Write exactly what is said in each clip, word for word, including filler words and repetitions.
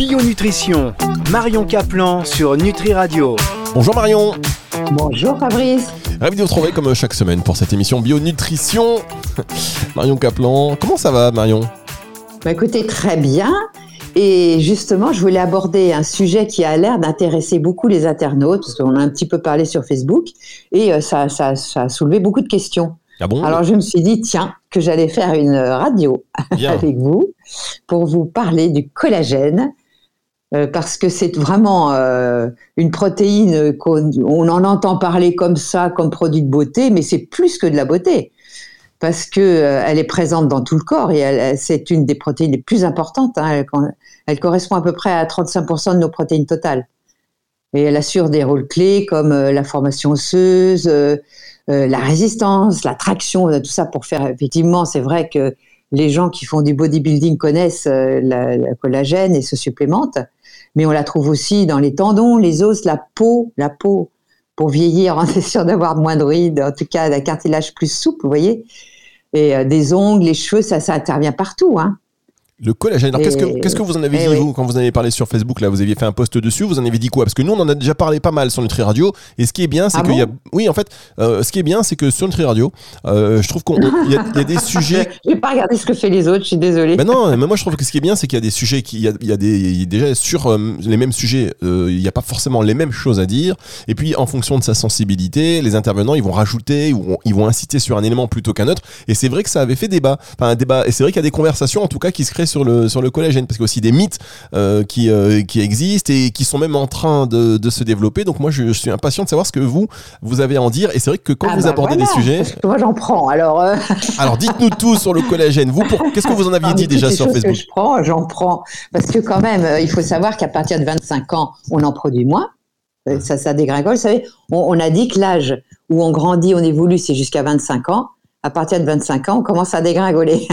Bio-nutrition, Marion Caplan sur Nutri Radio. Bonjour Marion. Bonjour Fabrice. Ravi de vous retrouver comme chaque semaine pour cette émission Bio-nutrition. Marion Caplan, comment ça va Marion ? Bah écoutez, très bien. Et justement, je voulais aborder un sujet qui a l'air d'intéresser beaucoup les internautes, parce qu'on a un petit peu parlé sur Facebook, et euh, ça, ça, ça a soulevé beaucoup de questions. Ah bon ? Alors je me suis dit, tiens, que j'allais faire une radio avec vous pour vous parler du collagène, euh, parce que c'est vraiment euh, une protéine qu'on on en entend parler comme ça, comme produit de beauté, mais c'est plus que de la beauté. Parce que euh, elle est présente dans tout le corps et elle, c'est une des protéines les plus importantes. Hein. Elle, elle correspond à peu près à trente-cinq pour cent de nos protéines totales. Et elle assure des rôles clés comme euh, la formation osseuse, euh, euh, la résistance, la traction, tout ça pour faire... Effectivement, c'est vrai que les gens qui font du bodybuilding connaissent euh, la, la collagène et se supplémentent. Mais on la trouve aussi dans les tendons, les os, la peau, la peau. Pour vieillir, on est sûr d'avoir moins de rides, en tout cas d'un cartilage plus souple, vous voyez. Et euh, des ongles, les cheveux, ça, ça intervient partout, hein. Le collagène. Alors, et, qu'est-ce que, qu'est-ce que vous en avez dit, oui. vous, quand vous en avez parlé sur Facebook, là, vous aviez fait un post dessus, vous en avez dit quoi ? Parce que nous, on en a déjà parlé pas mal sur Nutri Radio, et ce qui est bien, c'est ah qu'il bon y a... Oui, en fait, euh, ce qui est bien, c'est que sur Nutri Radio, euh, je trouve qu'il y, y a des sujets... Je n'ai pas regardé ce que fait les autres, je suis désolée. Ben non, mais moi, je trouve que ce qui est bien, c'est qu'il y a des sujets qui... Il y a, il y a des... Il y a déjà, sur euh, les mêmes sujets, euh, il n'y a pas forcément les mêmes choses à dire, et puis, en fonction de sa sensibilité, les intervenants, ils vont rajouter, ou ils vont inciter sur un élément plutôt qu'un autre, et c'est vrai que ça avait fait débat. Enfin, un débat, et c'est vrai qu'il y a des conversations, en tout cas, qui se créent sur le, sur le collagène. Parce qu'il y a aussi des mythes euh, qui, euh, qui existent et qui sont même en train de, de se développer. Donc moi, je, je suis impatient de savoir ce que vous, vous avez à en dire. Et c'est vrai que quand ah vous bah abordez voilà, des sujets... Parce que moi, j'en prends. Alors, euh... alors dites-nous tout sur le collagène. Vous, pour... qu'est-ce que vous en aviez ah, dit déjà sur Facebook ? Que je prends, j'en prends. Parce que quand même, il faut savoir qu'à partir de vingt-cinq ans, on en produit moins. Ça, ça dégringole. Vous savez, on, on a dit que l'âge où on grandit, on évolue, c'est jusqu'à vingt-cinq ans. À partir de vingt-cinq ans, on commence à dégringoler.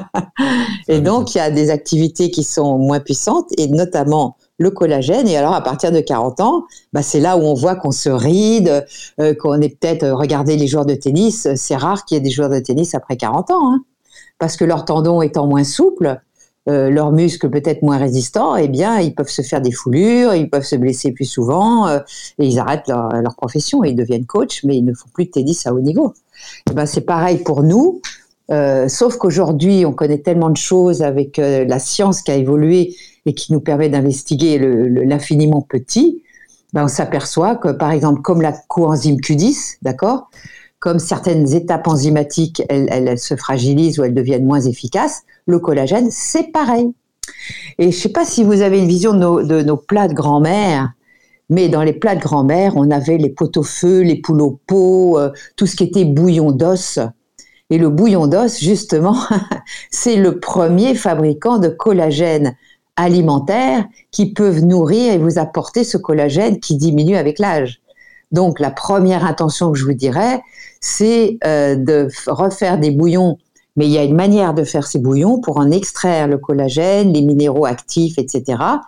Et donc, il y a des activités qui sont moins puissantes, et notamment le collagène. Et alors, à partir de quarante ans, bah, c'est là où on voit qu'on se ride, euh, qu'on est peut-être... Euh, regardez les joueurs de tennis, c'est rare qu'il y ait des joueurs de tennis après quarante ans, hein, parce que leurs tendons étant moins souples, euh, leurs muscles peut-être moins résistants, eh bien, ils peuvent se faire des foulures, ils peuvent se blesser plus souvent, euh, et ils arrêtent leur, leur profession. Ils deviennent coach, mais ils ne font plus de tennis à haut niveau. Eh ben, c'est pareil pour nous, euh, sauf qu'aujourd'hui, on connaît tellement de choses avec euh, la science qui a évolué et qui nous permet d'investiguer le, le, l'infiniment petit. Ben, on s'aperçoit que, par exemple, comme la coenzyme Q dix, d'accord, comme certaines étapes enzymatiques, elles, elles, elles se fragilisent ou elles deviennent moins efficaces, le collagène, c'est pareil. Et je ne sais pas si vous avez une vision de nos, de nos plats de grand-mère. Mais dans les plats de grand-mère, on avait les pot-au-feu, les poules au pot, euh, tout ce qui était bouillon d'os. Et le bouillon d'os, justement, c'est le premier fabricant de collagène alimentaire qui peuvent nourrir et vous apporter ce collagène qui diminue avec l'âge. Donc, la première intention que je vous dirais, c'est euh, de refaire des bouillons. Mais il y a une manière de faire ces bouillons pour en extraire le collagène, les minéraux actifs, et cetera,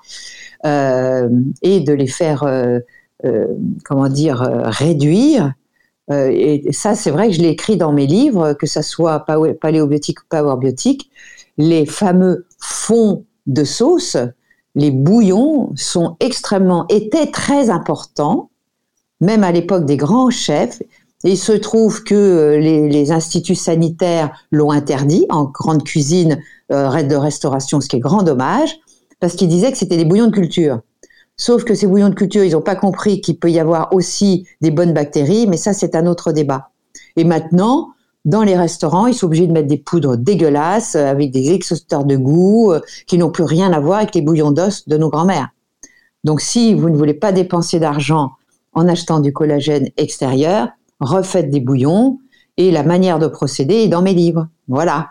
Euh, et de les faire, euh, euh, comment dire, euh, réduire. Euh, et ça, c'est vrai que je l'ai écrit dans mes livres, que ça soit paléobiotique ou powerbiotique, les fameux fonds de sauce, les bouillons sont extrêmement, étaient très importants, même à l'époque des grands chefs. Et il se trouve que les, les instituts sanitaires l'ont interdit en grande cuisine euh, de restauration, ce qui est grand dommage, parce qu'ils disaient que c'était des bouillons de culture. Sauf que ces bouillons de culture, ils n'ont pas compris qu'il peut y avoir aussi des bonnes bactéries, mais ça, c'est un autre débat. Et maintenant, dans les restaurants, ils sont obligés de mettre des poudres dégueulasses, avec des exhausteurs de goût, euh, qui n'ont plus rien à voir avec les bouillons d'os de nos grands-mères. Donc, si vous ne voulez pas dépenser d'argent en achetant du collagène extérieur, refaites des bouillons, et la manière de procéder est dans mes livres. Voilà.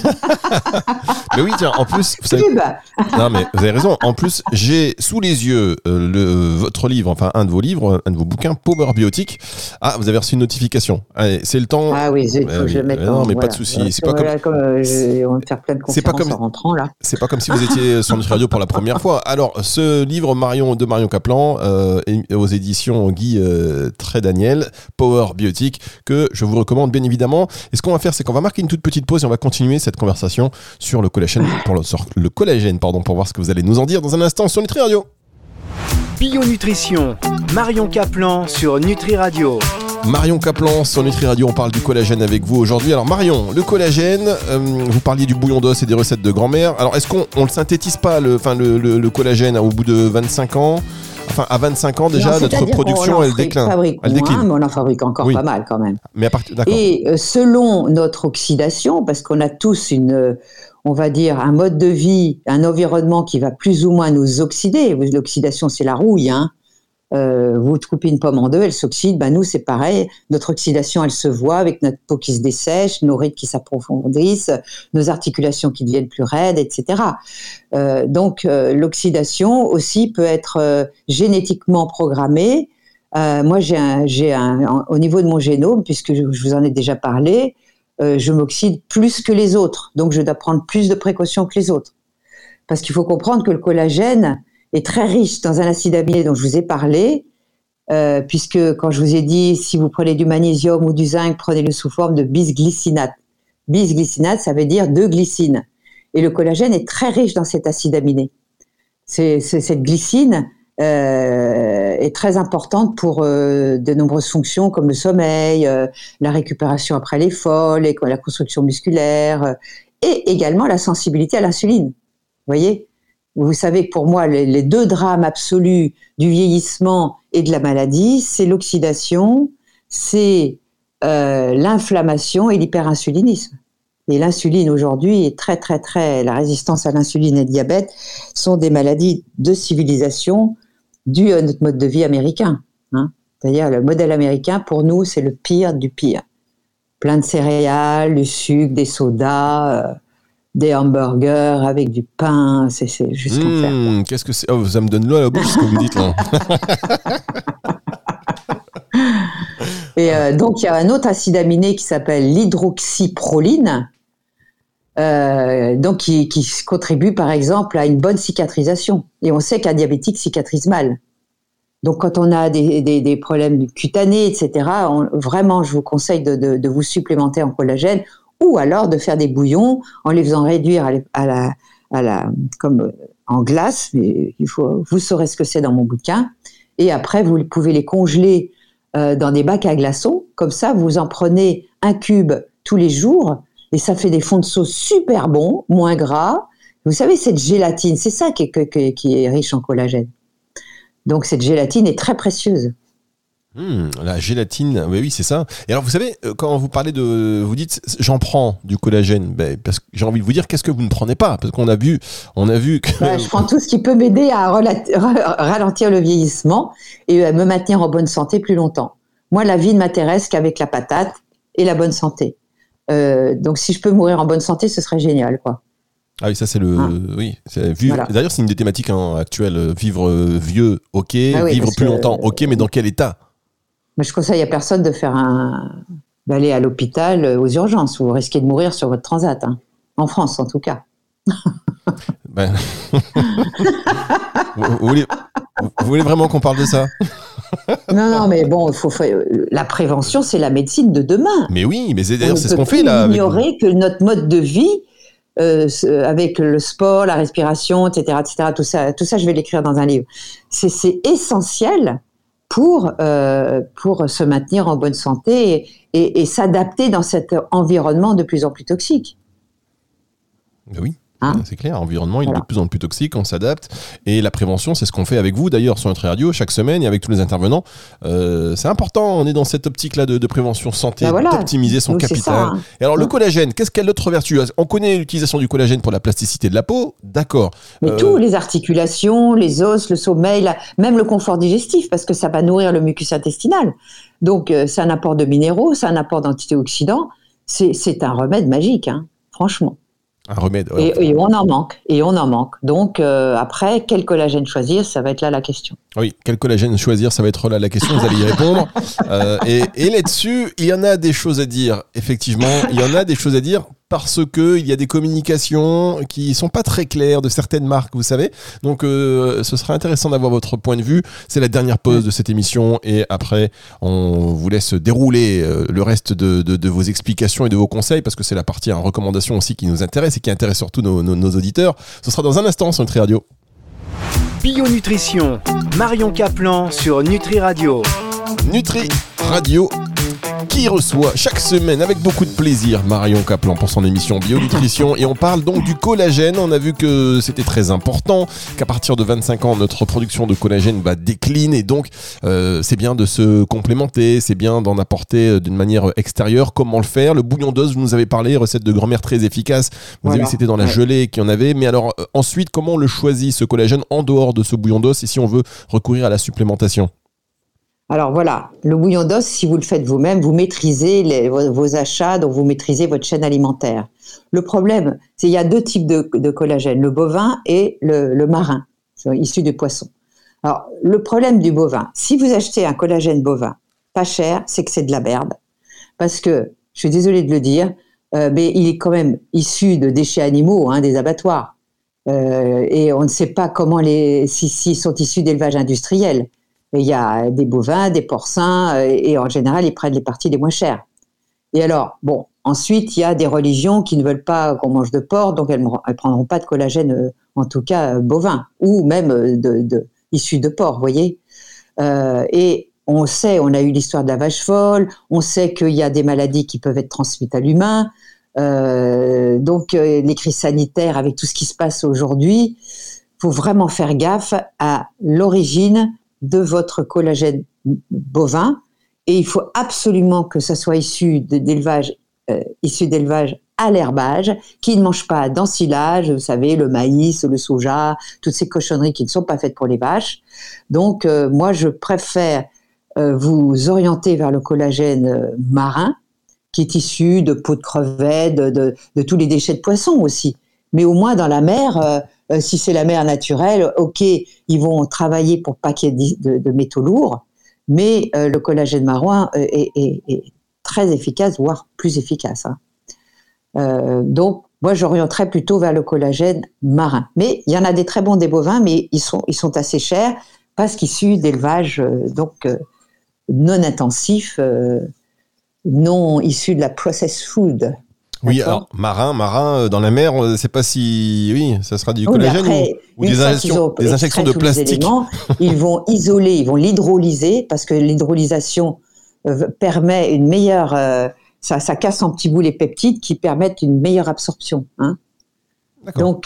Mais oui, tiens, en plus, vous savez, non mais vous avez raison. En plus, j'ai sous les yeux euh, le votre livre, enfin un de vos livres, un de vos bouquins, Power Biotique. Ah, vous avez reçu une notification. Allez, c'est le temps. Ah oui, il faut euh, que je le mette. Non, en, mais voilà. pas de souci. C'est voilà, pas comme. comme euh, je, on va me faire plein de conférences c'est pas comme... en rentrant là. C'est pas comme si vous étiez sur Nutri Radio pour la première fois. Alors, ce livre Marion de Marion Caplan euh, aux éditions Guy euh, Trédaniel, Power Biotique, que je vous recommande bien évidemment. Et ce qu'on va faire, c'est qu'on va marquer une toute petite petite pause et on va continuer cette conversation sur le collagène, pour le, sur le collagène pardon, pour voir ce que vous allez nous en dire dans un instant sur Nutri Radio. Bio Nutrition, Marion Caplan sur Nutri Radio. Marion Caplan sur Nutri Radio, on parle du collagène avec vous aujourd'hui. Alors Marion, le collagène, euh, vous parliez du bouillon d'os et des recettes de grand-mère. Alors est-ce qu'on on le synthétise pas, le, enfin, le, le, le collagène au bout de vingt-cinq ans? Enfin, à vingt-cinq ans déjà, non, notre production, elle décline. Elle décline. Mais on en fabrique encore oui. pas mal quand même. Mais à partir, d'accord. Et euh, selon notre oxydation, parce qu'on a tous une, on va dire, un mode de vie, un environnement qui va plus ou moins nous oxyder. L'oxydation, c'est la rouille, hein. Euh, vous coupez une pomme en deux, elle s'oxyde. Ben nous, c'est pareil. Notre oxydation, elle se voit avec notre peau qui se dessèche, nos rides qui s'approfondissent, nos articulations qui deviennent plus raides, et cetera. Euh, donc, euh, l'oxydation aussi peut être euh, génétiquement programmée. Euh, moi, j'ai un, j'ai un, au niveau de mon génome, puisque je, je vous en ai déjà parlé, euh, je m'oxyde plus que les autres. Donc, je dois prendre plus de précautions que les autres. Parce qu'il faut comprendre que le collagène est très riche dans un acide aminé dont je vous ai parlé, euh, puisque quand je vous ai dit, si vous prenez du magnésium ou du zinc, prenez-le sous forme de bisglycinate. Bisglycinate, ça veut dire deux glycines. Et le collagène est très riche dans cet acide aminé. C'est, c'est, cette glycine euh, est très importante pour euh, de nombreuses fonctions comme le sommeil, euh, la récupération après l'effort, les, la construction musculaire, euh, et également la sensibilité à l'insuline. Vous voyez ? Vous savez que pour moi, les, les deux drames absolus du vieillissement et de la maladie, c'est l'oxydation, c'est euh, l'inflammation et l'hyperinsulinisme. Et l'insuline aujourd'hui est très, très, très... La résistance à l'insuline et le diabète sont des maladies de civilisation dues à notre mode de vie américain. Hein. C'est-à-dire le modèle américain, pour nous, c'est le pire du pire. Plein de céréales, du sucre, des sodas... Euh, des hamburgers avec du pain, c'est, c'est juste mmh, l'enfer. Qu'est-ce que c'est ? Oh, ça me donne l'eau à la bouche ce que vous dites là. Et euh, donc il y a un autre acide aminé qui s'appelle l'hydroxyproline, euh, donc qui, qui contribue par exemple à une bonne cicatrisation. Et on sait qu'un diabétique cicatrise mal. Donc quand on a des, des, des problèmes cutanés, et cetera, on, vraiment je vous conseille de, de, de vous supplémenter en collagène. Ou alors de faire des bouillons en les faisant réduire à la, à la, à la comme en glace. Mais il faut, vous saurez ce que c'est dans mon bouquin. Et après, vous pouvez les congeler euh, dans des bacs à glaçons. Comme ça, vous en prenez un cube tous les jours et ça fait des fonds de sauce super bons, moins gras. Vous savez, cette gélatine, c'est ça qui est, qui est riche en collagène. Donc cette gélatine est très précieuse. Mmh, la gélatine, oui, oui, c'est ça. Et alors, vous savez, quand vous parlez de, vous dites, j'en prends du collagène, ben, parce que j'ai envie de vous dire, qu'est-ce que vous ne prenez pas ? Parce qu'on a vu, on a vu que. Bah, je prends tout ce qui peut m'aider à ralentir le vieillissement et à me maintenir en bonne santé plus longtemps. Moi, la vie ne m'intéresse qu'avec la patate et la bonne santé. Euh, donc, si je peux mourir en bonne santé, ce serait génial, quoi. Ah oui, ça c'est le, ah. oui, c'est vivre. Voilà. D'ailleurs, c'est une des thématiques hein, actuelles. Vivre vieux, ok. Ah oui, vivre plus que, longtemps, ok. Mais dans quel état ? Mais je conseille à personne de faire un, d'aller à l'hôpital aux urgences. Vous risquez de mourir sur votre transat, hein. En France en tout cas. Ben... vous, vous, voulez, vous voulez vraiment qu'on parle de ça ? Non, non, mais bon, faut, faut, la prévention, c'est la médecine de demain. Mais oui, mais c'est, d'ailleurs, c'est ce qu'on fait là. On peut ignorer que notre mode de vie, euh, avec le sport, la respiration, et cetera, et cetera, tout ça, tout ça, je vais l'écrire dans un livre. C'est, c'est essentiel. Pour, euh, pour se maintenir en bonne santé et, et, et s'adapter dans cet environnement de plus en plus toxique. Oui, hein, c'est clair. L'environnement, il voilà. est de plus en plus toxique, on s'adapte. Et la prévention, c'est ce qu'on fait avec vous, d'ailleurs, sur Nutri Radio, chaque semaine, et avec tous les intervenants. Euh, c'est important, on est dans cette optique-là de, de prévention santé, ben voilà. d'optimiser son Donc capital. Ça, hein. Et alors, ouais. le collagène, qu'est-ce qu'elle a d'autre vertu ? On connaît l'utilisation du collagène pour la plasticité de la peau, d'accord. Mais euh... tout, les articulations, les os, le sommeil, la... même le confort digestif, parce que ça va nourrir le mucus intestinal. Donc, euh, c'est un apport de minéraux, c'est un apport d'antioxydants. C'est, c'est un remède magique, hein, franchement. Un remède. Ouais, et, et on en manque. Et on en manque. Donc, euh, après, quel collagène choisir, ça va être là la question. Oui, quel collagène choisir, ça va être là la question. Vous allez y répondre. euh, et, et là-dessus, il y en a des choses à dire. Effectivement, il y en a des choses à dire. parce que il y a des communications qui sont pas très claires de certaines marques, vous savez. Donc, euh, ce serait intéressant d'avoir votre point de vue. C'est la dernière pause de cette émission et après, on vous laisse dérouler euh, le reste de, de, de vos explications et de vos conseils parce que c'est la partie en recommandation aussi qui nous intéresse et qui intéresse surtout nos, nos, nos auditeurs. Ce sera dans un instant sur Nutri Radio. Bio Nutrition, Marion Caplan sur Nutri Radio. Nutri Radio qui reçoit chaque semaine avec beaucoup de plaisir Marion Caplan pour son émission Bio Nutrition et on parle donc du collagène. On a vu que c'était très important, qu'à partir de vingt-cinq ans notre production de collagène va décline et donc euh, c'est bien de se complémenter, c'est bien d'en apporter d'une manière extérieure. Comment le faire? Le bouillon d'os, vous nous avez parlé, recette de grand-mère très efficace. Vous voilà. avez dit que c'était dans la ouais. gelée qu'il y en avait, mais alors euh, ensuite comment on le choisit ce collagène en dehors de ce bouillon d'os et si on veut recourir à la supplémentation? Alors voilà, le bouillon d'os, si vous le faites vous-même, vous maîtrisez les, vos, vos achats, donc vous maîtrisez votre chaîne alimentaire. Le problème, c'est qu'il y a deux types de, de collagène, le bovin et le, le marin, issu des poissons. Alors, le problème du bovin, si vous achetez un collagène bovin pas cher, c'est que c'est de la merde. Parce que, je suis désolée de le dire, euh, mais il est quand même issu de déchets animaux, hein, des abattoirs. Euh, et on ne sait pas comment les, si, s'ils sont issus d'élevage industriel. Il y a des bovins, des porcins, et en général, ils prennent les parties les moins chères. Et alors, bon, ensuite, il y a des religions qui ne veulent pas qu'on mange de porc, donc elles ne prendront pas de collagène, en tout cas bovin, ou même de, de, issu de porc, vous voyez. Euh, et on sait, on a eu l'histoire de la vache folle, on sait qu'il y a des maladies qui peuvent être transmises à l'humain, euh, donc euh, les crises sanitaires, avec tout ce qui se passe aujourd'hui, il faut vraiment faire gaffe à l'origine de votre collagène bovin et il faut absolument que ça soit issu d'élevage, euh, issu d'élevage à l'herbage, qui ne mange pas d'ensilage, vous savez, le maïs, le soja, toutes ces cochonneries qui ne sont pas faites pour les vaches. Donc, euh, moi, je préfère euh, vous orienter vers le collagène euh, marin, qui est issu de peaux de crevettes, de, de, de tous les déchets de poissons aussi. Mais au moins, dans la mer, euh, Euh, si c'est la mer naturelle, ok, ils vont travailler pour pas qu'il y ait de, de métaux lourds, mais euh, le collagène marin euh, est, est, est très efficace, voire plus efficace. Hein. Euh, donc, moi, j'orienterais plutôt vers le collagène marin. Mais il y en a des très bons des bovins, mais ils sont, ils sont assez chers parce qu'issus d'élevage euh, donc euh, non intensif, euh, non issus de la processed food. Oui, alors marin, marin dans la mer, c'est pas si, oui, ça sera du collagène oui, après, ou, ou des injections, des injections de plastique. Éléments, ils vont isoler, ils vont l'hydrolyser parce que l'hydrolysation euh, permet une meilleure, euh, ça, ça casse en petits bouts les peptides qui permettent une meilleure absorption. Hein. Donc,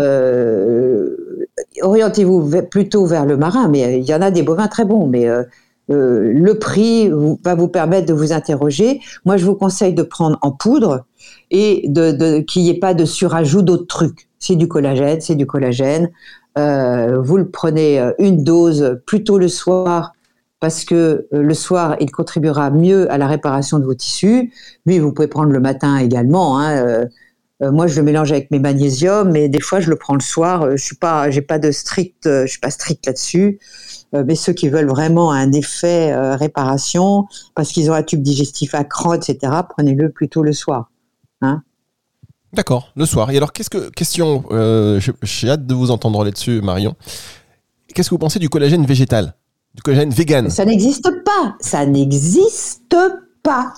euh, orientez-vous plutôt vers le marin, mais il y en a des bovins très bons, mais euh, euh, le prix va vous permettre de vous interroger. Moi, je vous conseille de prendre en poudre et de, de, qu'il n'y ait pas de surajout d'autres trucs. C'est du collagène, c'est du collagène. Euh, vous le prenez une dose plutôt le soir parce que euh, le soir, il contribuera mieux à la réparation de vos tissus. Lui, vous pouvez prendre le matin également. Hein. Euh, euh, moi, je le mélange avec mes magnésiums, mais des fois, je le prends le soir. Je suis pas, j'ai pas de strict, euh, je suis pas strict là-dessus. Euh, mais ceux qui veulent vraiment un effet euh, réparation, parce qu'ils ont un tube digestif à cran, et cetera, prenez-le plutôt le soir. Hein? D'accord, le soir. Et alors, qu'est-ce que question euh, j'ai hâte de vous entendre là-dessus, Marion. Qu'est-ce que vous pensez du collagène végétal, du collagène vegan? Ça n'existe pas. Ça n'existe pas.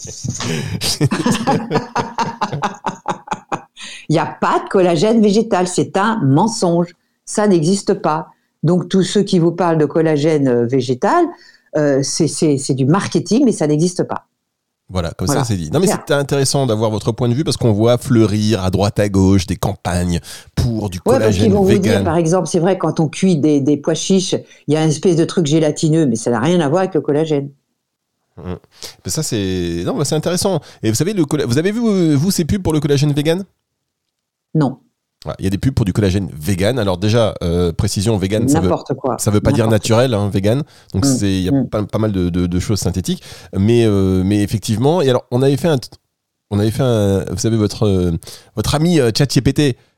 Il n'y a pas de collagène végétal. C'est un mensonge. Ça n'existe pas. Donc, tous ceux qui vous parlent de collagène végétal, euh, c'est, c'est, c'est du marketing, mais ça n'existe pas. Voilà, comme voilà. ça c'est dit. Non mais Bien. C'est intéressant d'avoir votre point de vue parce qu'on voit fleurir à droite à gauche des campagnes pour du collagène ouais, parce qu'ils vont vegan. Vous dire, par exemple, c'est vrai quand on cuit des, des pois chiches, il y a une espèce de truc gélatineux, mais ça n'a rien à voir avec le collagène. Mmh. Mais ça c'est non, mais c'est intéressant. Et vous savez, le colla... vous avez vu vous ces pubs pour le collagène vegan? Non. Il y a des pubs pour du collagène vegan. Alors déjà, euh, précision, vegan, ça veut, quoi. ça veut pas N'importe dire naturel, hein, vegan. Donc mmh. c'est, il y a mmh. pas, pas mal de, de, de choses synthétiques, mais euh, mais effectivement. Et alors, on avait fait un, on avait fait un, vous savez votre euh, votre ami euh, ChatGPT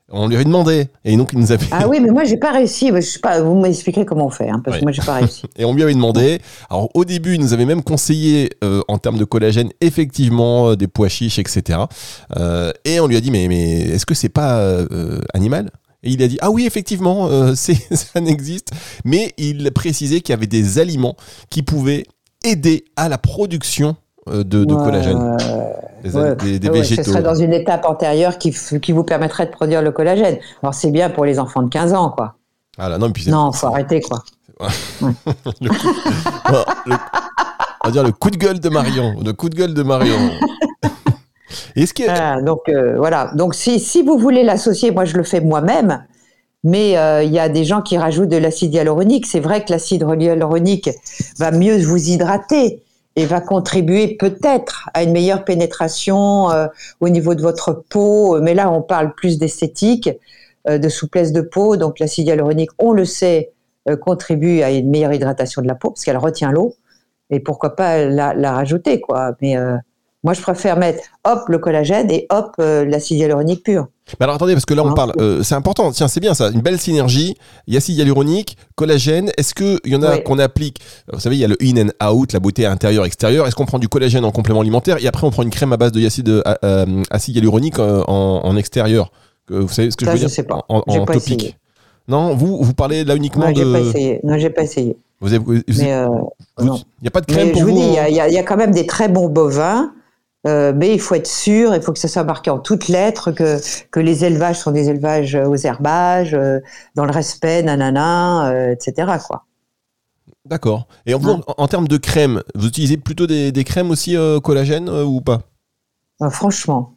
On lui avait demandé, et donc il nous avait... Ah oui, mais moi j'ai pas réussi. Je sais pas, vous m'expliquerez comment on fait, hein, parce ouais. que moi j'ai pas réussi. Et on lui avait demandé. Alors au début, il nous avait même conseillé euh, en termes de collagène, effectivement, euh, des pois chiches, et cetera. Euh, et on lui a dit, mais, mais est-ce que c'est pas euh, animal ? Et il a dit, ah oui, effectivement, euh, c'est, ça n'existe. Mais il précisait qu'il y avait des aliments qui pouvaient aider à la production de, de ouais, collagène. Des, ouais, des, des ouais, végétaux. Ce serait dans une étape antérieure qui, qui vous permettrait de produire le collagène. Alors c'est bien pour les enfants de quinze ans, quoi. Ah là, non, mais puis c'est, non, c'est, faut arrêter, quoi. Ouais. le coup, le, on va dire le coup de gueule de Marion. Le coup de gueule de Marion. Est-ce que... ah, donc euh, voilà. Donc si, si vous voulez l'associer, moi je le fais moi-même. Mais il euh, y a des gens qui rajoutent de l'acide hyaluronique. C'est vrai que l'acide hyaluronique va mieux vous hydrater et va contribuer peut-être à une meilleure pénétration euh, au niveau de votre peau. Mais là, on parle plus d'esthétique, euh, de souplesse de peau. Donc l'acide hyaluronique, on le sait, euh, contribue à une meilleure hydratation de la peau parce qu'elle retient l'eau. Et pourquoi pas la, la rajouter, quoi. Mais euh, moi, je préfère mettre hop le collagène et hop euh, l'acide hyaluronique pur. Mais alors attendez, parce que là on parle, euh, c'est important, tiens c'est bien ça, une belle synergie, il y a acide hyaluronique, collagène, est-ce qu'il y en a oui. qu'on applique, vous savez il y a le in and out, la beauté intérieure-extérieure, est-ce qu'on prend du collagène en complément alimentaire et après on prend une crème à base de acide, euh, acide hyaluronique en, en extérieur, vous savez ce que ça, je veux je dire sais pas. En, en, j'ai en pas topique. Essayé. Non, vous, vous parlez là uniquement non, de... j'ai pas essayé. Non, j'ai pas essayé. Vous avez, vous, mais euh, vous, non. Il n'y a pas de crème mais pour je vous vous dis, il hein y, y, y a quand même des très bons bovins. Euh, mais il faut être sûr, il faut que ça soit marqué en toutes lettres que que les élevages sont des élevages aux herbages, euh, dans le respect, nanana, euh, et cetera quoi. D'accord. Et en, ouais. en, en termes de crème, vous utilisez plutôt des, des crèmes aussi euh, collagène euh, ou pas ? euh, Franchement,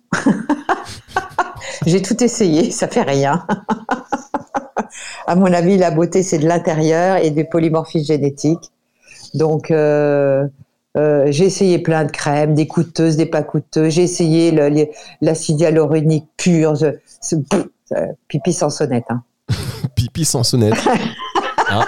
j'ai tout essayé, ça fait rien. À mon avis, la beauté c'est de l'intérieur et du polymorphisme génétique. Donc euh, Euh, j'ai essayé plein de crèmes, des coûteuses, des pas coûteuses. J'ai essayé le, le, l'acide hyaluronique pur, ce, ce, ce, pipi sans sonnette. Hein. Pipi sans sonnette. Ah.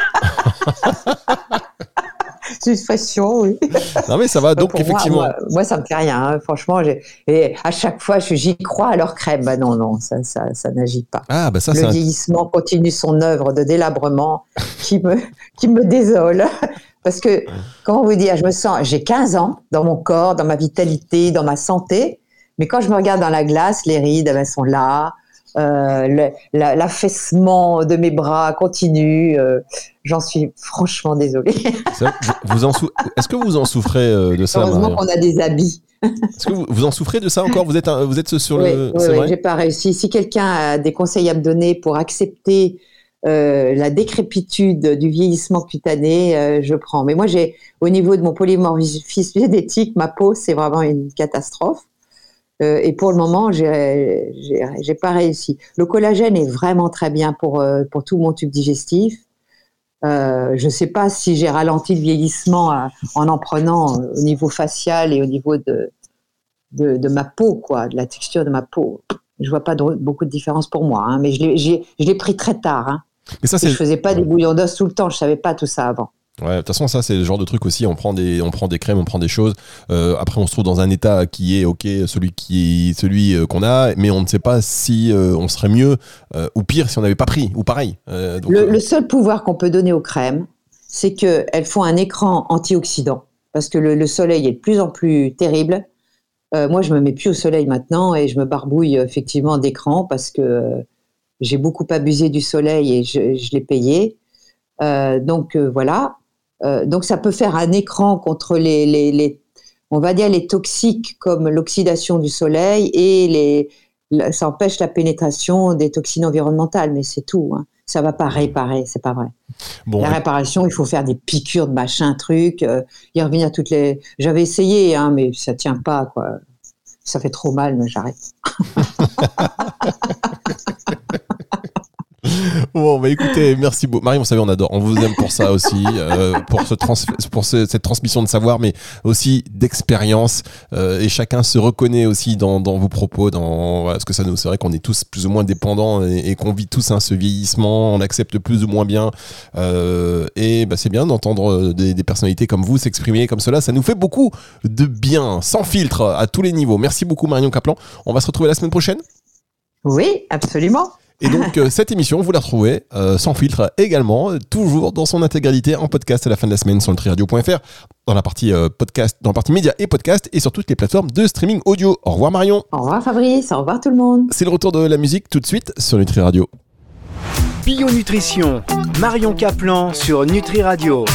C'est une expression, oui. Non mais ça va, donc Pour effectivement. Moi, moi, moi, ça me fait rien, hein. Franchement. J'ai, et à chaque fois, j'y crois à leur crème. Bah non, non, ça, ça, ça n'agit pas. Ah bah ça, le ça... vieillissement continue son œuvre de délabrement qui me, qui me désole. Parce que, comment vous dire, je me sens, j'ai quinze ans dans mon corps, dans ma vitalité, dans ma santé, mais quand je me regarde dans la glace, les rides, elles sont là, euh, le, la, l'affaissement de mes bras continue, euh, j'en suis franchement désolée. Ça, vous en sou... Est-ce que vous en souffrez euh, de ça, Heureusement Marion qu'on a des habits. Est-ce que vous, vous en souffrez de ça encore ? Vous êtes, un, vous êtes sur oui, le... Oui, c'est oui, vrai ? j'ai pas réussi. Si quelqu'un a des conseils à me donner pour accepter Euh, la décrépitude du vieillissement cutané, euh, je prends. Mais moi, j'ai, au niveau de mon polymorphisme génétique, ma peau, c'est vraiment une catastrophe. Euh, et pour le moment, j'ai, j'ai, j'ai pas réussi. Le collagène est vraiment très bien pour euh, pour tout mon tube digestif. Euh, je sais pas si j'ai ralenti le vieillissement à, en en prenant euh, au niveau facial et au niveau de, de de ma peau, quoi, de la texture de ma peau. Je vois pas de, beaucoup de différence pour moi, hein, mais je l'ai, j'ai, je l'ai pris très tard. Hein. Mais ça, c'est... Je faisais pas des bouillons d'os tout le temps, je savais pas tout ça avant. Ouais, de toute façon, ça, c'est le genre de truc aussi. On prend des, on prend des crèmes, on prend des choses. Euh, après, on se trouve dans un état qui est ok, celui qui, celui euh, qu'on a, mais on ne sait pas si euh, on serait mieux euh, ou pire si on n'avait pas pris, ou pareil. Euh, donc, le, euh... le seul pouvoir qu'on peut donner aux crèmes, c'est que elles font un écran antioxydant, parce que le, le soleil est de plus en plus terrible. Euh, moi, je me mets plus au soleil maintenant et je me barbouille effectivement d'écran parce que euh, j'ai beaucoup abusé du soleil et je, je l'ai payé. Euh, donc euh, voilà. Euh, donc ça peut faire un écran contre les, les, les, on va dire les toxiques comme l'oxydation du soleil et les, ça empêche la pénétration des toxines environnementales, mais c'est tout. Hein. Ça va pas réparer, c'est pas vrai. Bon, la réparation, il faut faire des piqûres de machin truc, euh, y revenir toutes les. J'avais essayé, hein, mais ça tient pas quoi. Ça fait trop mal, mais j'arrête. Bon, bah écoutez, merci beaucoup. Marie, vous savez, on adore. On vous aime pour ça aussi, euh, pour, ce trans- pour ce, cette transmission de savoir, mais aussi d'expérience. Euh, et chacun se reconnaît aussi dans, dans vos propos, dans, voilà, parce que ça nous, c'est vrai qu'on est tous plus ou moins dépendants et, et qu'on vit tous hein, ce vieillissement, on l'accepte plus ou moins bien. Euh, et bah, c'est bien d'entendre des, des personnalités comme vous s'exprimer comme cela. Ça nous fait beaucoup de bien, sans filtre, à tous les niveaux. Merci beaucoup, Marion Kaplan. On va se retrouver la semaine prochaine. Oui, absolument. Et donc, euh, cette émission, vous la retrouvez euh, sans filtre également, euh, toujours dans son intégralité en podcast à la fin de la semaine sur nutriradio point f r, dans la partie euh, podcast, dans la partie médias et podcast, et sur toutes les plateformes de streaming audio. Au revoir Marion. Au revoir Fabrice, au revoir tout le monde. C'est le retour de la musique tout de suite sur Nutri Radio. Bio Nutrition, Marion Caplan sur Nutri Radio.